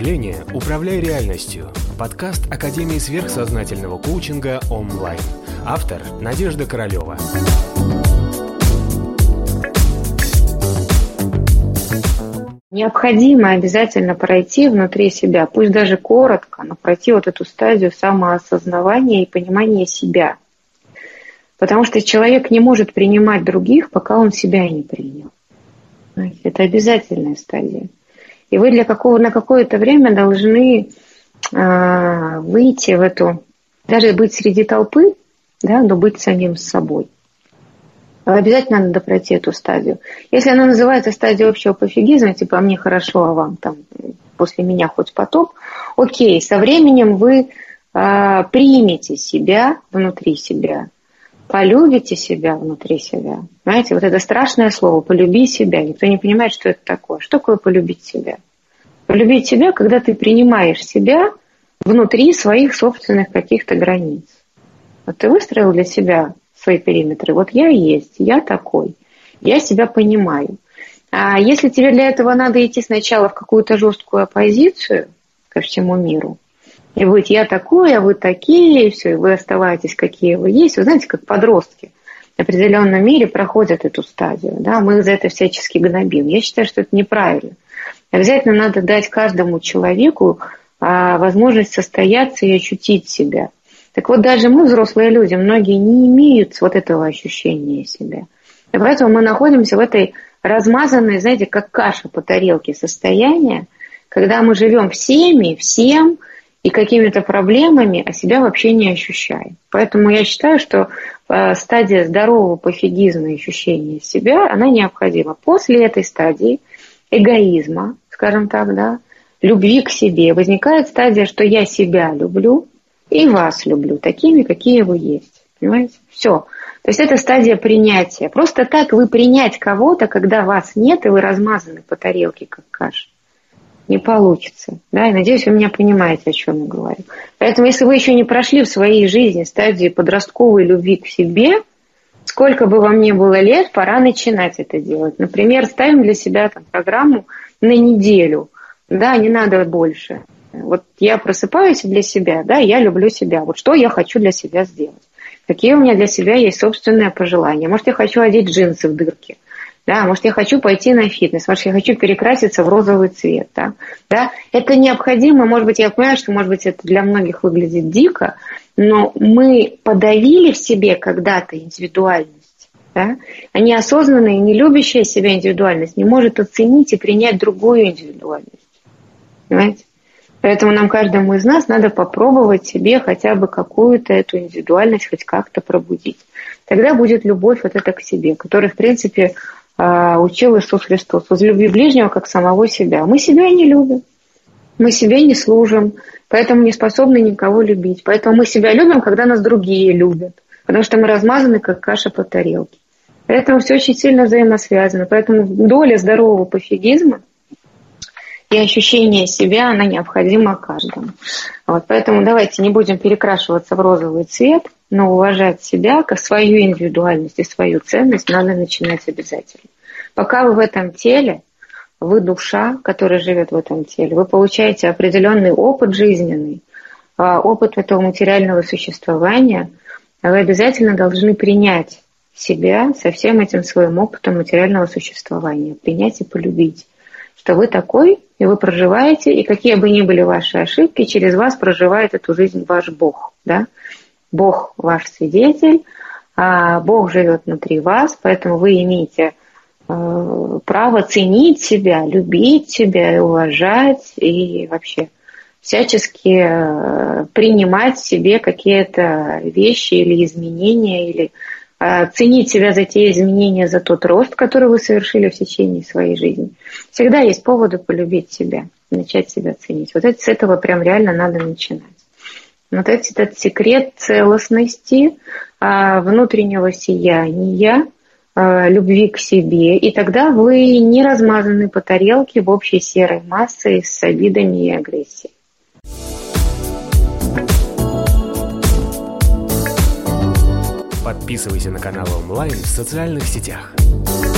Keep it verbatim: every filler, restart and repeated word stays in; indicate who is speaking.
Speaker 1: мышления управляй реальностью. Подкаст Академии сверхсознательного коучинга онлайн. Автор Надежда Королева.
Speaker 2: Необходимо обязательно пройти внутри себя, пусть даже коротко, но пройти вот эту стадию самоосознавания и понимания себя. Потому что человек не может принимать других, пока он себя не принял. Это обязательная стадия. И вы для какого, на какое-то время должны э, выйти в эту, даже быть среди толпы, да, но быть самим собой. Обязательно надо пройти эту стадию. Если она называется стадия общего пофигизма, типа «а мне хорошо, а вам там после меня хоть потоп», окей, со временем вы э, примете себя внутри себя, полюбите себя внутри себя. Знаете, вот это страшное слово «полюби себя». Никто не понимает, что это такое. Что такое полюбить себя? Полюбить себя, когда ты принимаешь себя внутри своих собственных каких-то границ. Вот ты выстроил для себя свои периметры. Вот я есть, я такой, я себя понимаю. А если тебе для этого надо идти сначала в какую-то жесткую оппозицию ко всему миру, и быть я такой, а вы такие, и все, и вы оставаетесь, какие вы есть. Вы знаете, как подростки в определенном мире проходят эту стадию. Да? Мы за это всячески гнобим. Я считаю, что это неправильно. Обязательно надо дать каждому человеку а, возможность состояться и ощутить себя. Так вот, даже мы, взрослые люди, многие не имеют вот этого ощущения себя. И поэтому мы находимся в этой размазанной, знаете, как каша по тарелке состоянии, когда мы живем всеми, всем и какими-то проблемами, а себя вообще не ощущаем. Поэтому я считаю, что стадия здорового пофигизма и ощущения себя, она необходима. После этой стадии эгоизма, скажем так, да, любви к себе, возникает стадия, что я себя люблю, и вас люблю такими, какие вы есть. Понимаете? Все. То есть это стадия принятия. Просто так вы принять кого-то, когда вас нет, и вы размазаны по тарелке, как каша, не получится. Да? И надеюсь, вы меня понимаете, о чем я говорю. Поэтому, если вы еще не прошли в своей жизни стадию подростковой любви к себе, сколько бы вам ни было лет, пора начинать это делать. Например, ставим для себя там программу на неделю. Да, не надо больше. Вот я просыпаюсь для себя, да, я люблю себя. Вот что я хочу для себя сделать? Какие у меня для себя есть собственные пожелания? Может, я хочу одеть джинсы в дырки? Да, может, я хочу пойти на фитнес, может, я хочу перекраситься в розовый цвет. Да? Да? Это необходимо, может быть, я понимаю, что, может быть, это для многих выглядит дико, но мы подавили в себе когда-то индивидуальность. Да? А неосознанная и не любящая себя индивидуальность не может оценить и принять другую индивидуальность. Понимаете? Поэтому нам, каждому из нас, надо попробовать себе хотя бы какую-то эту индивидуальность хоть как-то пробудить. Тогда будет любовь вот эта к себе, которой, в принципе, учил Иисус Христос. Возлюби ближнего, как самого себя. Мы себя не любим, мы себе не служим, поэтому не способны никого любить. Поэтому мы себя любим, когда нас другие любят, потому что мы размазаны, как каша по тарелке. Поэтому все очень сильно взаимосвязано. Поэтому доля здорового пофигизма и ощущение себя, она необходима каждому. Вот, поэтому давайте не будем перекрашиваться в розовый цвет, но уважать себя, как свою индивидуальность и свою ценность надо начинать обязательно. Пока вы в этом теле, вы душа, которая живет в этом теле, вы получаете определенный опыт жизненный, опыт этого материального существования, вы обязательно должны принять себя со всем этим своим опытом материального существования, принять и полюбить, что вы такой, и вы проживаете, и какие бы ни были ваши ошибки, через вас проживает эту жизнь ваш Бог. Да? Бог ваш свидетель, а Бог живет внутри вас, поэтому вы имеете э, право ценить себя, любить себя, уважать и вообще всячески э, принимать в себе какие-то вещи или изменения, или э, ценить себя за те изменения, за тот рост, который вы совершили в течение своей жизни. Всегда есть поводы полюбить себя, начать себя ценить. Вот это, с этого прям реально надо начинать. Вот этот секрет целостности, внутреннего сияния, любви к себе. И тогда вы не размазаны по тарелке в общей серой массе с обидами и агрессией.
Speaker 1: Подписывайся на канал онлайн в социальных сетях.